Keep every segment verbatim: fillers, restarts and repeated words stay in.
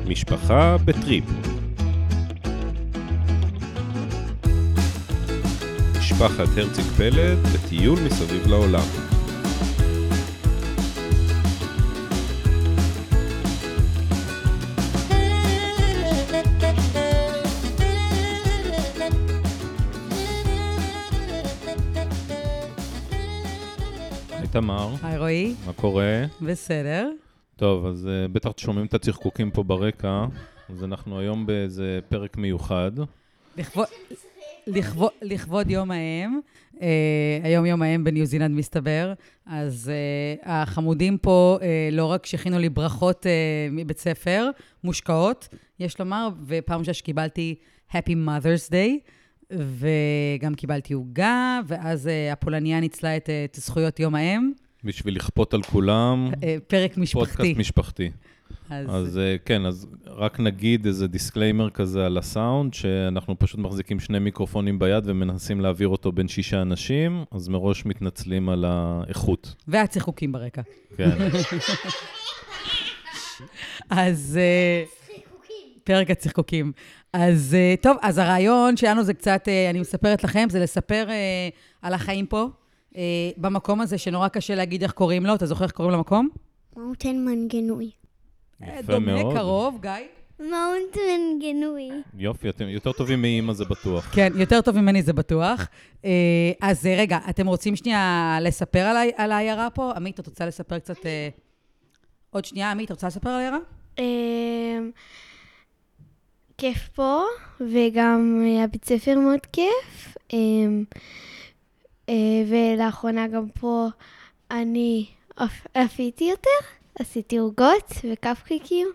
משפחה בטריפ. משפחת הרציג פלד בטיול מסביב לעולם. היי תמר. היי רועי. מה קורה? בסדר. טוב, אז uh, בטח שומעים את הצחקוקים פה ברקע, אז אנחנו היום באיזה פרק מיוחד. לכבוד, לכבוד, לכבוד יום האם, uh, היום יום האם בניו זילנד מסתבר, אז uh, החמודים פה uh, לא רק שכינו לי ברכות uh, מבית ספר, מושקעות, יש לומר, ופעם ראשונה שקיבלתי Happy Mother's Day, וגם קיבלתי עוגה, ואז uh, הפולניה ניצלה את, את זכויות יום האם. בשביל לכפות על כולם. פרק משפחתי. פודקאסט משפחתי. אז, אז כן, אז רק נגיד איזה דיסקליימר כזה על הסאונד, שאנחנו פשוט מחזיקים שני מיקרופונים ביד ומנסים להעביר אותו בין שישה אנשים, אז מראש מתנצלים על האיכות. והצחוקים ברקע. כן. אז פרק הצחקוקים. אז טוב, אז הרעיון שלנו זה קצת, אני מספרת לכם, זה לספר על החיים פה, במקום הזה שנורא קשה להגיד איך קוראים לו. אתה זוכר איך קוראים למקום? מאונטן מנגנוי. יפה מאוד. דומה, קרוב, גיא? מאונטן מנגנוי. יופי, אתם יותר טובים מאמא זה בטוח. כן, יותר טוב ממני זה בטוח. אז רגע, אתם רוצים שנייה לספר על, על העיירה פה? עמית, את רוצה לספר קצת... עוד שנייה, עמית, את רוצה לספר על העיירה? כיף פה, וגם הבית ספר מאוד כיף. ולאחרונה גם פה אני עפיתי יותר, עשיתי עוגות וקפקקים,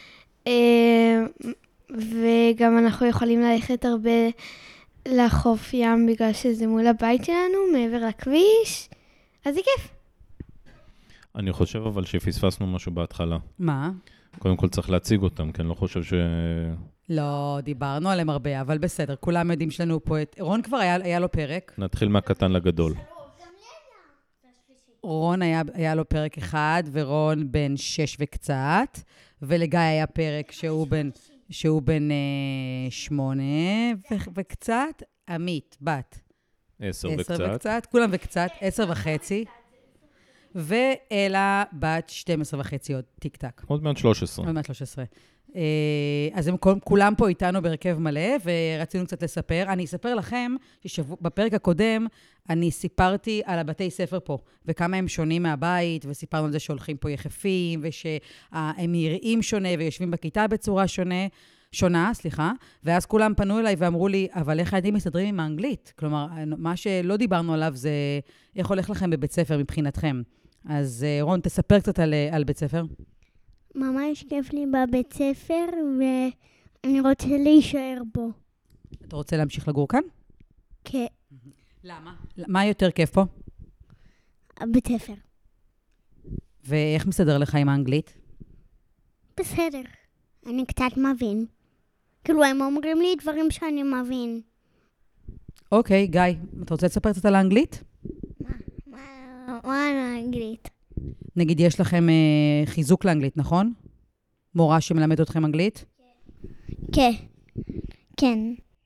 וגם אנחנו יכולים ללכת הרבה לחוף ים בגלל שזה מול הבית שלנו, מעבר לכביש, אז זה כיף. אני חושב אבל שפספסנו משהו בהתחלה. מה? קודם כל צריך להציג אותם, כי אני לא חושב ש... לא, דיברנו עליהם הרבה, אבל בסדר, כולם יודעים שלנו פה את... רון כבר היה, היה לו פרק. נתחיל מהקטן לגדול. רון היה, היה לו פרק אחד, ורון בן שש וקצת, ולגיא היה פרק שהוא בן, שהוא בן אה, שמונה ו, וקצת, עמית, בת. עשר, עשר וקצת. וקצת, כולם וקצת, עשר וחצי. ואלה בת שתים עשרה וחצי עוד טיק טק. עוד מעט שלוש עשרה. עוד מעט שלוש עשרה. אז הם כולם פה איתנו בהרכב מלא, ורצינו קצת לספר. אני אספר לכם שבפרק הקודם אני סיפרתי על הבתי ספר פה, וכמה הם שונים מהבית, וסיפרנו על זה שהולכים פה יחפים, ושהם יראים שונה ויושבים בכיתה בצורה שונה, שונה, סליחה, ואז כולם פנו אליי ואמרו לי, אבל איך הילדים מסתדרים עם האנגלית? כלומר, מה שלא דיברנו עליו זה איך הולך לכם בבית ספר מבחינתכם. אז רון, תספר קצת על, על בית ספר. ממש כיף לי בבית ספר, ואני רוצה להישאר בו. אתה רוצה להמשיך לגור כאן? כן. למה? מה יותר כיף פה? הבית ספר. ואיך מסתדר לך עם האנגלית? בסדר. אני קצת מבין. כאילו, הם אומרים לי דברים שאני מבין. אוקיי, גיא, אתה רוצה לספר קצת על האנגלית? מה? מה? מה על האנגלית? נגיד, יש לכם אה, חיזוק לאנגלית, נכון? מורה שמלמד אתכם אנגלית? כן. כן.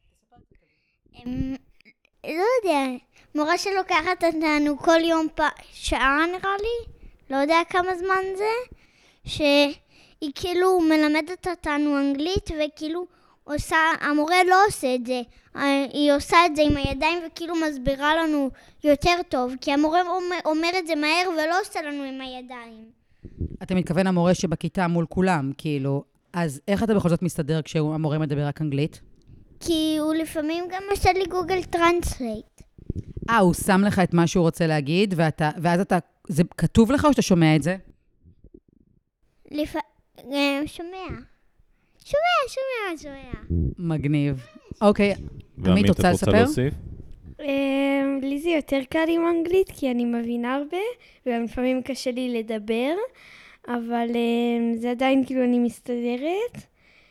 הם, לא יודע, מורה שלוקחת אותנו כל יום פ... שעה נראה לי, לא יודע כמה זמן זה, שהיא כאילו מלמדת אותנו אנגלית, וכאילו עושה, המורה לא עושה את זה, היא עושה את זה עם הידיים וכאילו מסבירה לנו יותר טוב, כי המורה אומר, אומר את זה מהר ולא עושה לנו עם הידיים. אתה מתכוון המורה שבכיתה מול כולם, כאילו, אז איך אתה בכל זאת מסתדר כשהמורה מדבר רק אנגלית? כי הוא לפעמים גם עושה לי גוגל טרנסלייט. אה, הוא שם לך את מה שהוא רוצה להגיד, ואתה, ואז אתה, זה כתוב לך או שאתה שומע את זה? לפ... שומע. שומע, שומע, שומע. מגניב. אוקיי, עמית, רוצה לספר? להוסיף? לי זה יותר קל עם אנגלית, כי אני מבינה הרבה, ולפעמים קשה לי לדבר, אבל זה עדיין כאילו אני מסתדרת.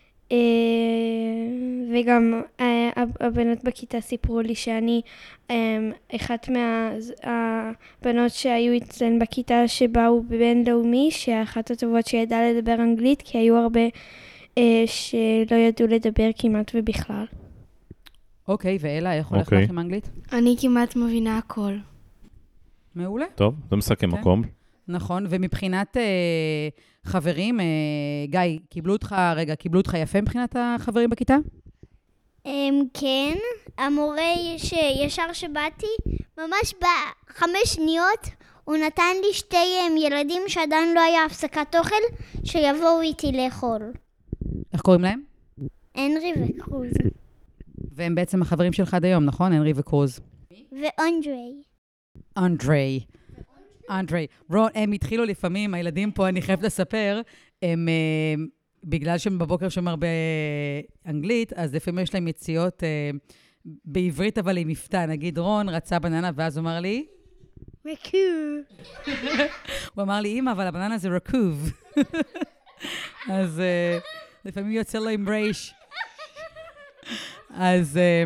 וגם הבנות בכיתה סיפרו לי שאני אחת מהבנות שהיו אצלן בכיתה שבאו בבינלאומי, שאחת הטובות שידעה לדבר אנגלית, כי היו הרבה אה, שלא ידעו לדבר כמעט ובכלל. אוקיי, ואלה, איך הולך אוקיי. לך עם אנגלית? אני כמעט מבינה הכל. מעולה. טוב, זה מסכם כן. מקום. נכון, ומבחינת אה, חברים, אה, גיא, קיבלו אותך, רגע, קיבלו אותך יפה מבחינת החברים בכיתה? אמ, כן, המורה שישר שבאתי, ממש בחמש שניות, הוא נתן לי שתי אמ, ילדים שעדיין לא היה הפסקת אוכל, שיבואו איתי לאכול. איך קוראים להם? הנרי וקרוז. והם בעצם החברים שלך עד היום, נכון? הנרי וקרוז. ואנדרי. אנדרי. אנדרי. רון, הם התחילו לפעמים, הילדים פה, אני חייבת לספר, הם, אה, בגלל שהם בבוקר שומר באנגלית, אז לפעמים יש להם יציאות אה, בעברית, אבל עם מבטא. נגיד, רון רצה בננה, ואז הוא אמר לי, רקוב. הוא אמר לי, אמא, אבל הבננה זה רקוב. אז אה, לפעמים יוצא לו עם רייש. אז... אה,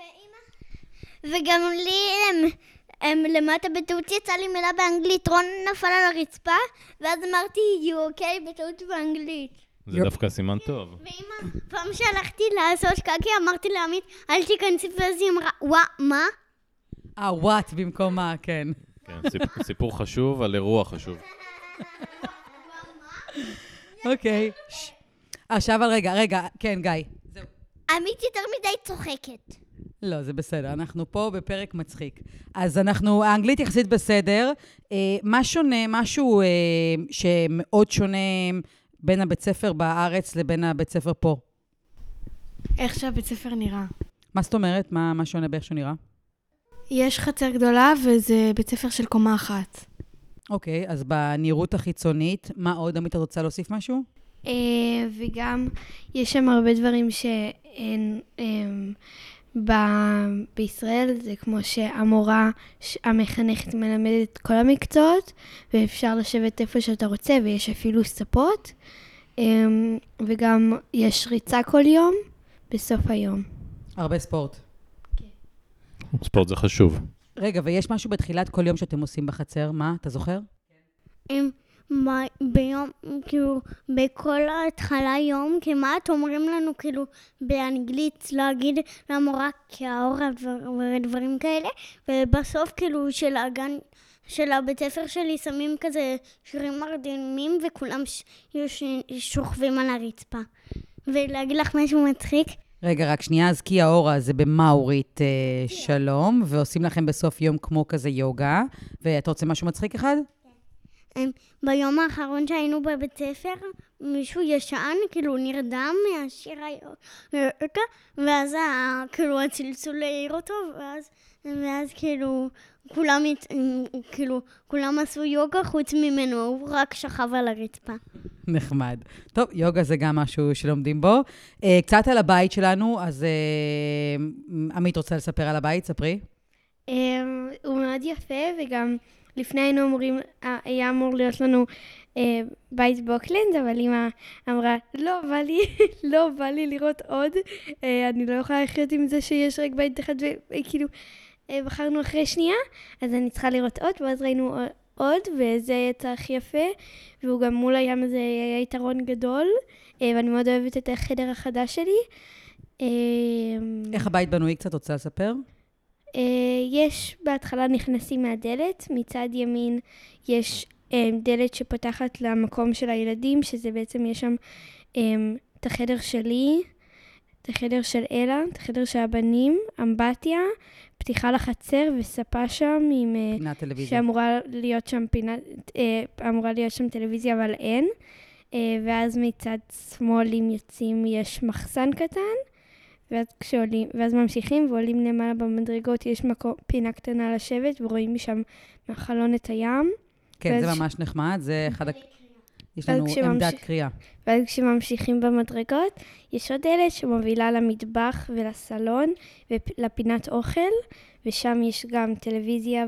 וגם לי, הם, הם למטה בטעות יצא לי מילה באנגלית, רון נפל על הרצפה, ואז אמרתי, you okay? בטעות באנגלית. זה יופ. דווקא סימן טוב. ואמא, פעם שהלכתי לעשות קקי, אמרתי לעמית, אל תיכנסי, ואז היא אמרה, וואה, מה? אה, וואט במקום מה, כן. כן, סיפ- סיפור חשוב על אירוע חשוב. אוקיי. ש- עכשיו, אבל רגע, רגע, כן, גיא. עמית יותר מדי צוחקת. לא, זה בסדר, אנחנו פה בפרק מצחיק. אז אנחנו, האנגלית יחסית בסדר. אה, מה שונה, משהו אה, שמאוד שונה בין הבית ספר בארץ לבין הבית ספר פה? איך שהבית ספר נראה. מה זאת אומרת? מה, מה שונה באיך שהוא נראה? יש חצר גדולה וזה בית ספר של קומה אחת. אוקיי, אז בנראות החיצונית, מה עוד? עמית, את רוצה להוסיף משהו? אה, וגם יש שם הרבה דברים שאין אה, ב- בישראל, זה כמו שהמורה, ש- המחנכת מלמדת את כל המקצועות, ואפשר לשבת איפה שאתה רוצה, ויש אפילו ספות, אה, וגם יש ריצה כל יום בסוף היום. הרבה ספורט. ספורט זה חשוב. רגע, ויש משהו בתחילת כל יום שאתם עושים בחצר? מה? אתה זוכר? הם, מה, ביום, כאילו, בכל ההתחלה יום כמעט אומרים לנו כאילו באנגלית להגיד למורה כאורה ודברים כאלה, ובסוף כאילו של הגן, של הבית ספר שלי שמים כזה שירים מרדימים וכולם ש, ש, שוכבים על הרצפה. ולהגיד לך משהו מצחיק, רגע, רק שנייה, אז כי האורה זה במאורית אה, שלום, ועושים לכם בסוף יום כמו כזה יוגה, ואתה רוצה משהו מצחיק אחד? הם, ביום האחרון שהיינו בבית ספר, מישהו ישן, כאילו נרדם מהשיר היוגה, ואז ה- כאילו הצלצול העיר אותו, ואז, ואז כאילו כולם, הת- כאילו כולם עשו יוגה חוץ ממנו, הוא רק שכב על הרצפה. נחמד. טוב, יוגה זה גם משהו שלומדים בו. אה, קצת על הבית שלנו, אז אה, עמית רוצה לספר על הבית, ספרי. אמ, הוא מאוד יפה, וגם לפני היינו אמורים, אה, היה אמור להיות לנו אה, בית באוקלנד, אבל אמא אמרה, לא בא לי, לא בא לי לראות עוד, אה, אני לא יכולה לחיות עם זה שיש רק בית אחד, וכאילו, אה, בחרנו אחרי שנייה, אז אני צריכה לראות עוד, ואז ראינו עוד, וזה יצא הכי יפה, והוא גם מול הים הזה היה יתרון גדול, אה, ואני מאוד אוהבת את החדר החדש שלי. אה, איך הבית בנוי קצת, רוצה לספר? Uh, יש בהתחלה נכנסים מהדלת, מצד ימין יש um, דלת שפותחת למקום של הילדים, שזה בעצם יש שם um, את החדר שלי, את החדר של אלה, את החדר של הבנים, אמבטיה, פתיחה לחצר וספה שם, עם, uh, פינת טלוויזיה. שאמורה להיות שם פינת, uh, אמורה להיות שם טלוויזיה, אבל אין. Uh, ואז מצד שמאל, אם יוצאים, יש מחסן קטן. ואז, כשעולים, ואז ממשיכים ועולים למעלה במדרגות, יש מקום, פינה קטנה לשבת, ורואים משם מהחלון את הים. כן, ואז זה ש- ממש נחמד, זה אחד... ה- יש ואז לנו כשממשיך- עמדת קריאה. ואז כשממשיכים במדרגות, יש עוד דלת שמובילה למטבח ולסלון ולפינת אוכל, ושם יש גם טלוויזיה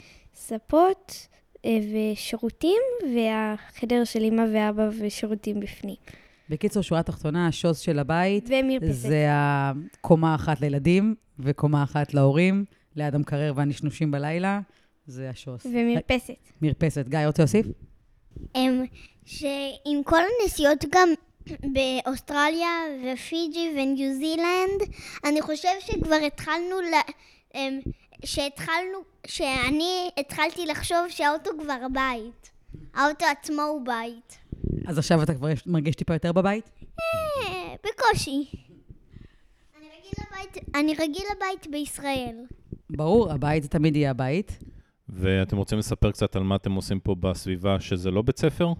וספות אה, ושירותים, והחדר של אמא ואבא ושירותים בפנים. בקיצור, שורה תחתונה, השוס של הבית, ומרפסת. זה הקומה אחת לילדים, וקומה אחת להורים, ליד המקרר והנשנושים בלילה, זה השוס. ומרפסת. מרפסת. גיא, רוצה להוסיף? הם, שעם כל הנסיעות גם באוסטרליה ופיג'י וניו זילנד. אני חושב שכבר התחלנו, שהתחלנו, שאני התחלתי לחשוב שהאוטו כבר בית. האוטו עצמו הוא בית. אז עכשיו אתה כבר מרגיש טיפה יותר בבית? אה, בקושי. אני רגיל לבית, אני רגיל לבית בישראל. ברור, הבית זה תמיד יהיה הבית. ואתם רוצים לספר קצת על מה אתם עושים פה בסביבה שזה לא בית ספר?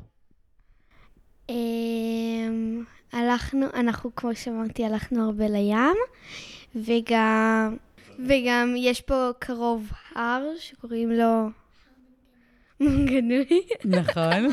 אמ, הלכנו, אנחנו, כמו שאמרתי, הלכנו הרבה לים, וגם, וגם יש פה קרוב הר שקוראים לו מנגנוי, נכון.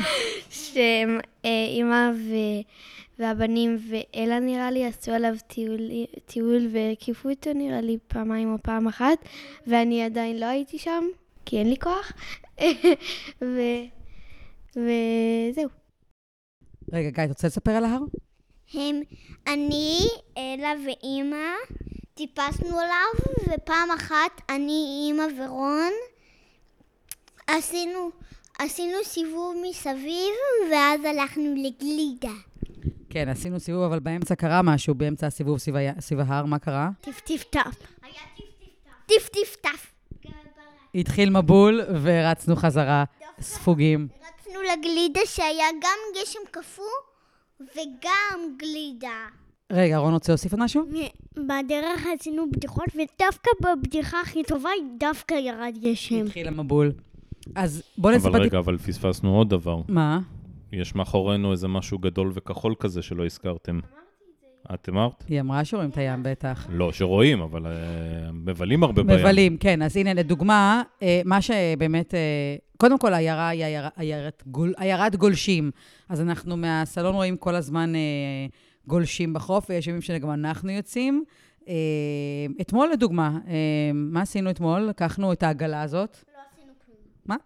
שאמא והבנים ואלה נראה לי עשו עליו טיול, טיול והקיפו אותו נראה לי פעמיים או פעם אחת, ואני עדיין לא הייתי שם, כי אין לי כוח, ו, וזהו. רגע, גיא, אתה רוצה לספר על ההר? הם, אני, אלה ואימא, טיפסנו עליו, ופעם אחת אני, אימא ורון, עשינו, עשינו סיבוב מסביב, ואז הלכנו לגלידה. כן, עשינו סיבוב, אבל באמצע קרה משהו, באמצע הסיבוב סביב, ה... סביב ההר, מה קרה? טיף טיף טף. היה טיף טיף טף. טיף טיף טף. התחיל מבול ורצנו חזרה, ספוגים. רצנו לגלידה שהיה גם גשם קפוא וגם גלידה. רגע, רון רוצה להוסיף עוד משהו? בדרך עשינו בדיחות, ודווקא בבדיחה הכי טובה דווקא ירד גשם. התחיל המבול. אז בוא נספר... אבל רגע, אבל פספסנו עוד דבר. מה? יש מאחורינו איזה משהו גדול וכחול כזה שלא הזכרתם. את אמרת? היא אמרה שרואים את הים בטח. לא, שרואים, אבל uh, מבלים הרבה בים. מבלים, כן. אז הנה, לדוגמה, uh, מה שבאמת... Uh, קודם כל, העיירה היא עיירה, עיירת, גול, עיירת גולשים. אז אנחנו מהסלון רואים כל הזמן uh, גולשים בחוף, ויש ימים שגם אנחנו יוצאים. Uh, אתמול, לדוגמה, uh, מה עשינו אתמול? לקחנו את העגלה הזאת. לא עשינו כלום. מה?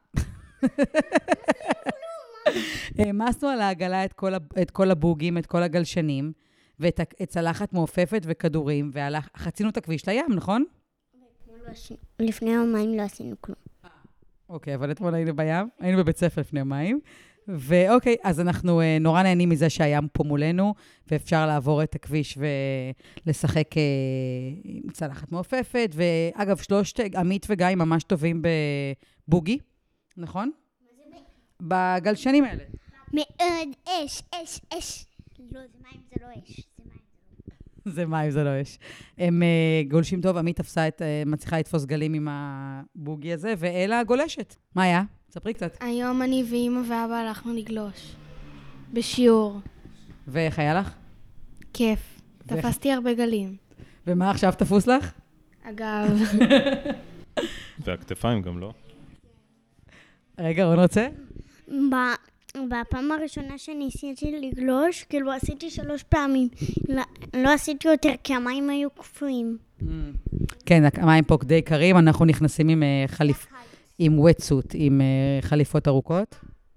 העמסנו על העגלה את כל, את כל הבוגים, את כל הגלשנים, ואת צלחת מעופפת וכדורים, וחצינו את הכביש לים, נכון? לפני יומיים לא עשינו כלום. אוקיי, אבל אתמול היינו בים, היינו בבית ספר לפני יומיים, ואוקיי, אז אנחנו נורא נהנים מזה שהים פה מולנו, ואפשר לעבור את הכביש ולשחק עם צלחת מעופפת, ואגב, שלושת, עמית וגיא ממש טובים בבוגי, נכון? בגלשנים האלה. מאוד אש, אש, אש. לא, זה מים, זה לא אש. זה מים, זה לא אש. הם uh, גולשים טוב, עמית תפסה את, uh, מצליחה לתפוס גלים עם הבוגי הזה, ואלה גולשת. מה היה? ספרי קצת. היום אני ואמא ואבא הלכנו לגלוש. בשיעור. ואיך היה לך? כיף. תפסתי הרבה גלים. ומה עכשיו תפוס לך? אגב. והכתפיים גם לא. רגע, רון רוצה? בפעם הראשונה שניסיתי לגלוש, כאילו עשיתי שלוש פעמים. לא, לא עשיתי יותר כי המים היו קפואים. כן, המים פה די קרים, אנחנו נכנסים עם חליפ... עם wetsuit, עם חליפות ארוכות.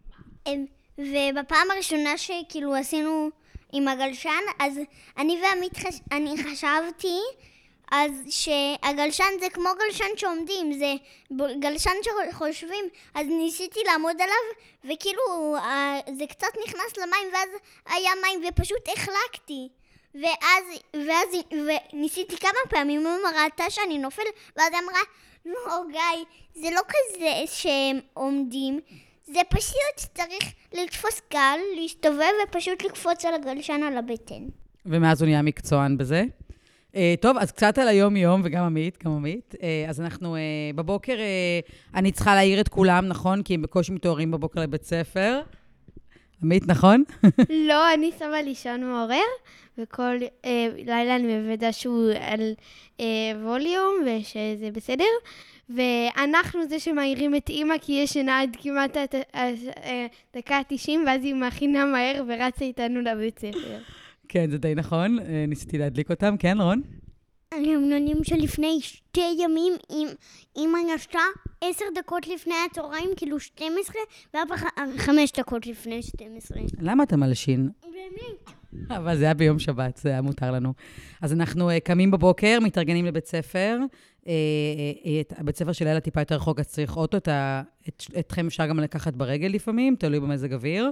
ובפעם הראשונה שכאילו עשינו עם הגלשן, אז אני ועמית חש... אני חשבתי אז שהגלשן זה כמו גלשן שעומדים, זה גלשן שחושבים, אז ניסיתי לעמוד עליו, וכאילו זה קצת נכנס למים, ואז היה מים, ופשוט החלקתי. ואז, ואז וניסיתי כמה פעמים, אמרה ראתה שאני נופל, ואז אמרה, לא גיא, זה לא כזה שהם עומדים, זה פשוט צריך לתפוס גל, להסתובב ופשוט לקפוץ על הגלשן על הבטן. ומאז הוא נהיה מקצוען בזה. Uh, טוב, אז קצת על היום-יום, וגם עמית, גם עמית. Uh, אז אנחנו uh, בבוקר, uh, אני צריכה להעיר את כולם, נכון? כי הם בקושי מתעוררים בבוקר לבית ספר. עמית, נכון? לא, אני שמה לישון מעורר, וכל uh, לילה אני מוודא שהוא על uh, ווליום, ושזה בסדר. ואנחנו זה שמעירים את אמא, כי יש שינה עד כמעט דקה תשעים, ואז היא מכינה מהר ורצה איתנו לבית ספר. כן, זה די נכון. ניסיתי להדליק אותם. כן, רון? המנונים שלפני שתי ימים, אמא ישתה עשר דקות לפני הצהריים, כאילו שתים עשרה, ואבא חמש דקות לפני שתים עשרה. למה אתה מלשין? באמת. אבל זה היה ביום שבת, זה היה מותר לנו. אז אנחנו קמים בבוקר, מתארגנים לבית ספר. הבית ספר של אלה טיפה יותר רחוק, אז צריך אוטו. אתכם אפשר גם לקחת ברגל לפעמים, תלוי במזג אוויר.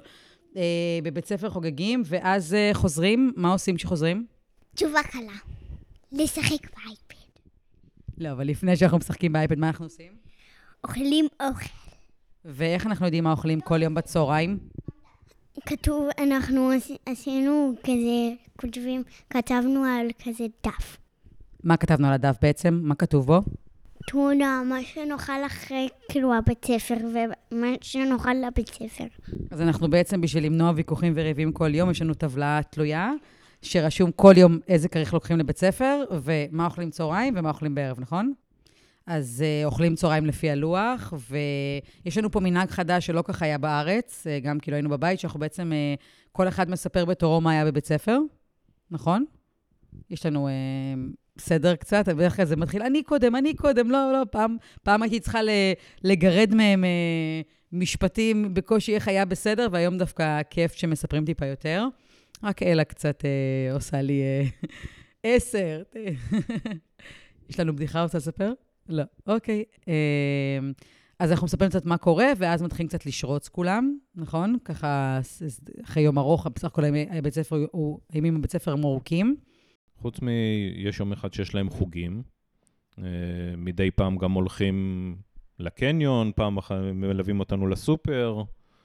אה, בבית ספר חוגגים, ואז אה, חוזרים. מה עושים כשחוזרים? תשובה קלה. לשחק באייפד. לא, אבל לפני שאנחנו משחקים באייפד, מה אנחנו עושים? אוכלים אוכל. ואיך אנחנו יודעים מה אוכלים כל יום בצהריים? כתוב, אנחנו עשינו כזה, כותבים, כתבנו על כזה דף. מה כתבנו על הדף בעצם? מה כתוב בו? תמונה, מה שנאכל אחרי, כאילו, הבית ספר, ומה שנאכל לבית ספר. אז אנחנו בעצם, בשביל למנוע ויכוחים וריבים כל יום, יש לנו טבלה תלויה, שרשום כל יום איזה כריך לוקחים לבית ספר, ומה אוכלים צהריים ומה אוכלים בערב, נכון? אז uh, אוכלים צהריים לפי הלוח, ויש לנו פה מנהג חדש שלא כך היה בארץ, uh, גם כאילו היינו בבית, שאנחנו בעצם, uh, כל אחד מספר בתורו מה היה בבית ספר, נכון? יש לנו uh, סדר קצת, בדרך כלל זה מתחיל, אני קודם, אני קודם, לא, לא, פעם, פעם הייתי צריכה לגרד מהם uh, משפטים בקושי איך היה בסדר, והיום דווקא כיף שמספרים טיפה יותר. רק אלה קצת uh, עושה לי uh, עשר. יש לנו בדיחה רוצה לספר? לא, אוקיי. אז אנחנו מספרים קצת מה קורה, ואז מתחילים קצת לשרוץ כולם, נכון? ככה, אחרי יום ארוך, בסך הכל הבית ספר, הימים בבית ספר הם ארוכים. חוץ מ... יש יום אחד שיש להם חוגים. מדי פעם גם הולכים לקניון, פעם מלווים אותנו לסופר.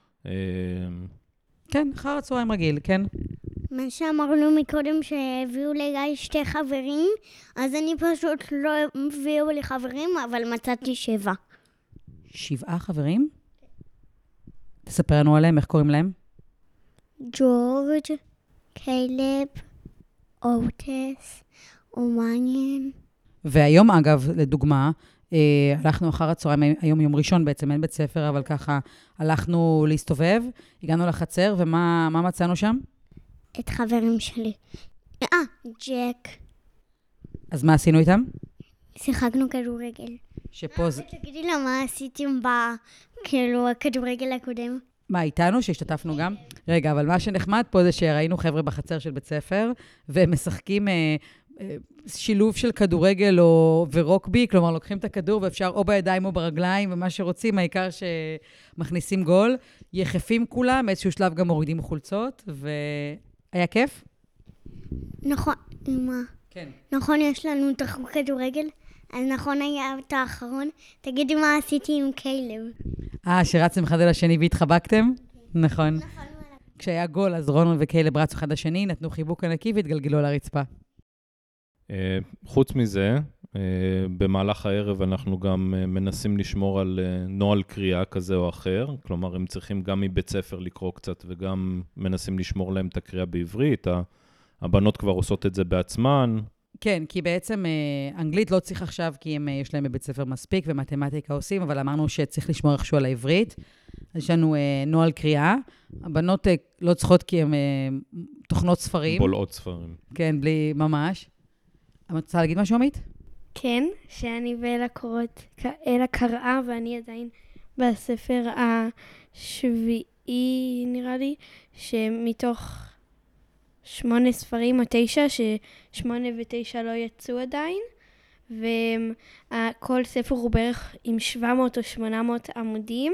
כן, אחר הצהריים רגיל, כן. מה שאמרנו מקודם שהביאו לגיא שתי חברים, אז אני פשוט לא הביאו לי חברים, אבל מצאתי שבע. שבעה חברים? תספר לנו עליהם, איך קוראים להם? ג'ורג', קיילב, אוטס, אומניאן. והיום, אגב, לדוגמה, הלכנו אחר הצהריים, היום יום ראשון בעצם, אין בית ספר, אבל ככה הלכנו להסתובב, הגענו לחצר, ומה מה מצאנו שם? את חברים שלי. אה, ג'ק. אז מה עשינו איתם? שיחקנו כדורגל. שפה זה... תגידי לה מה עשיתם ב... כאילו, הכדורגל הקודם. מה, איתנו? שהשתתפנו גם? רגע, אבל מה שנחמד פה זה שראינו חבר'ה בחצר של בית ספר, והם משחקים אה, אה, שילוב של כדורגל או, ורוקבי, כלומר, לוקחים את הכדור ואפשר או בידיים או ברגליים, ומה שרוצים, העיקר שמכניסים גול. יחפים כולם, איזשהו שלב גם מורידים חולצות, והיה כיף? נכון, מה? כן. נכון, יש לנו את החוג כדורגל, אז נכון היה את האחרון. תגידי מה עשיתי עם קיילב. אה, שרצתם אחד על השני והתחבקתם? נכון. כשהיה גול, אז רון וקיילב רצו אחד השני, נתנו חיבוק ענקי והתגלגלו על הרצפה. חוץ מזה, במהלך הערב אנחנו גם מנסים לשמור על נוהל קריאה כזה או אחר, כלומר הם צריכים גם מבית ספר לקרוא קצת וגם מנסים לשמור להם את הקריאה בעברית, הבנות כבר עושות את זה בעצמן. כן, כי בעצם אנגלית לא צריך עכשיו, כי הם, יש להם בבית ספר מספיק, ומתמטיקה עושים, אבל אמרנו שצריך לשמור איכשהו על העברית. אז יש לנו נוהל קריאה. הבנות לא צריכות כי הן תוכנות ספרים. בולעות ספרים. כן, בלי ממש. את רוצה להגיד משהו, עמית? כן, שאני ואלה קוראות, אלה קראה, ואני עדיין בספר השביעי, נראה לי, שמתוך שמונה ספרים או תשע, ששמונה ותשע לא יצאו עדיין, וכל ספר הוא בערך עם שבע מאות או שמונה מאות עמודים,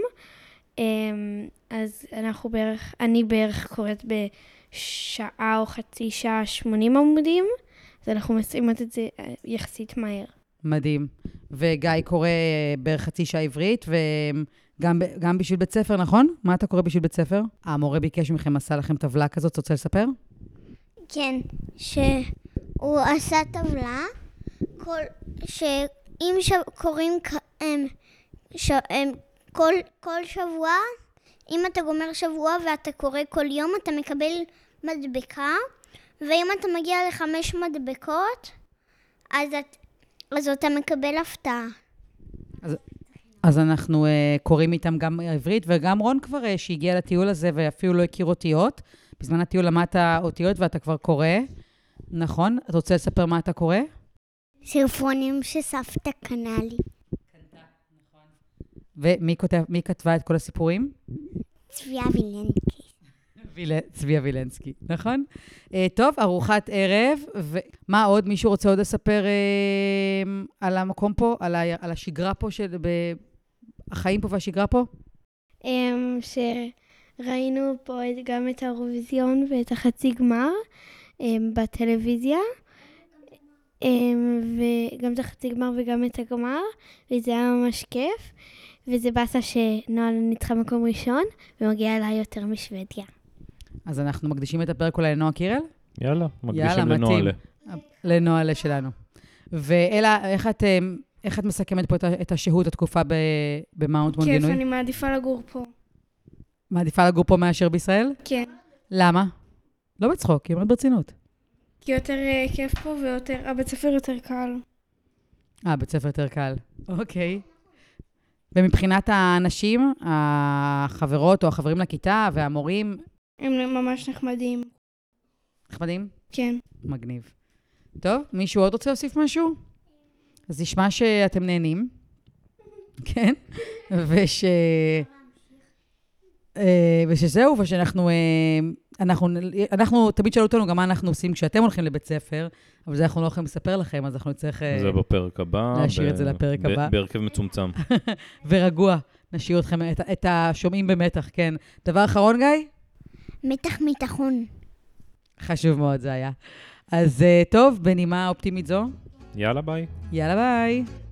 אז אנחנו בערך, אני בערך קוראת בשעה או חצי שעה שמונים עמודים, אז אנחנו מסיימות את זה יחסית מהר. מדהים. וגיא קורא בערך חצי שעה עברית, וגם גם בשביל בית ספר, נכון? מה אתה קורא בשביל בית ספר? המורה ביקש מכם, עשה לכם טבלה כזאת, רוצה לספר? כן, שהוא עשה טבלה, כל, שאם ש... קוראים ש... כל, כל שבוע, אם אתה גומר שבוע ואתה קורא כל יום, אתה מקבל מדבקה, ואם אתה מגיע לחמש מדבקות, אז, את, אז אתה מקבל הפתעה. אז, אז אנחנו uh, קוראים איתם גם עברית, וגם רון כבר uh, שהגיע לטיול הזה ואפילו לא הכיר אותיות. בזמן הטיול למדת אותיות ואתה כבר קורא, נכון? אתה רוצה לספר מה אתה קורא? סרפונים שסבתא קנה לי. קנתה, נכון. ומי כותב, מי כתבה את כל הסיפורים? צביה וילנסקי. צביה וילנסקי, נכון? Uh, טוב, ארוחת ערב, ומה עוד? מישהו רוצה עוד לספר uh, על המקום פה, על, ה, על השגרה פה, של, ב, החיים פה והשגרה פה? Um, ראינו פה גם את האירוויזיון ואת החצי גמר בטלוויזיה, וגם את החצי גמר וגם את הגמר, וזה היה ממש כיף, וזה באסה שנועה ניצחה מקום ראשון, ומגיעה אליי יותר משוודיה. אז אנחנו מקדישים את הפרק אולי לנועה קירל? יאללה, מקדישים יאללה, לנועלה. לנועלה שלנו. ואלה, איך את, איך את מסכמת פה את השהות, התקופה במאונט מונגנוי? כיף, אני מעדיפה לגור פה. מעדיפה לגור פה מאשר בישראל? כן. למה? לא בצחוק, היא אומרת ברצינות. כי יותר uh, כיף פה ויותר, הבית ספר יותר קל. אה, בית ספר יותר קל. אוקיי. ומבחינת האנשים, החברות או החברים לכיתה והמורים? הם ממש נחמדים. נחמדים? כן. מגניב. טוב, מישהו עוד רוצה להוסיף משהו? אז נשמע שאתם נהנים. כן? וש... ושזהו, ושאנחנו, אנחנו, אנחנו, תמיד שאלו אותנו גם מה אנחנו עושים כשאתם הולכים לבית ספר, אבל זה אנחנו לא יכולים לספר לכם, אז אנחנו נצטרך... זה בפרק הבא. להשאיר את זה לפרק הבא. בהרכב מצומצם. ורגוע, נשאיר אתכם, את, את השומעים במתח, כן. דבר אחרון, גיא? מתח מתחון. חשוב מאוד זה היה. אז טוב, בנימה אופטימית זו. יאללה, ביי. יאללה, ביי.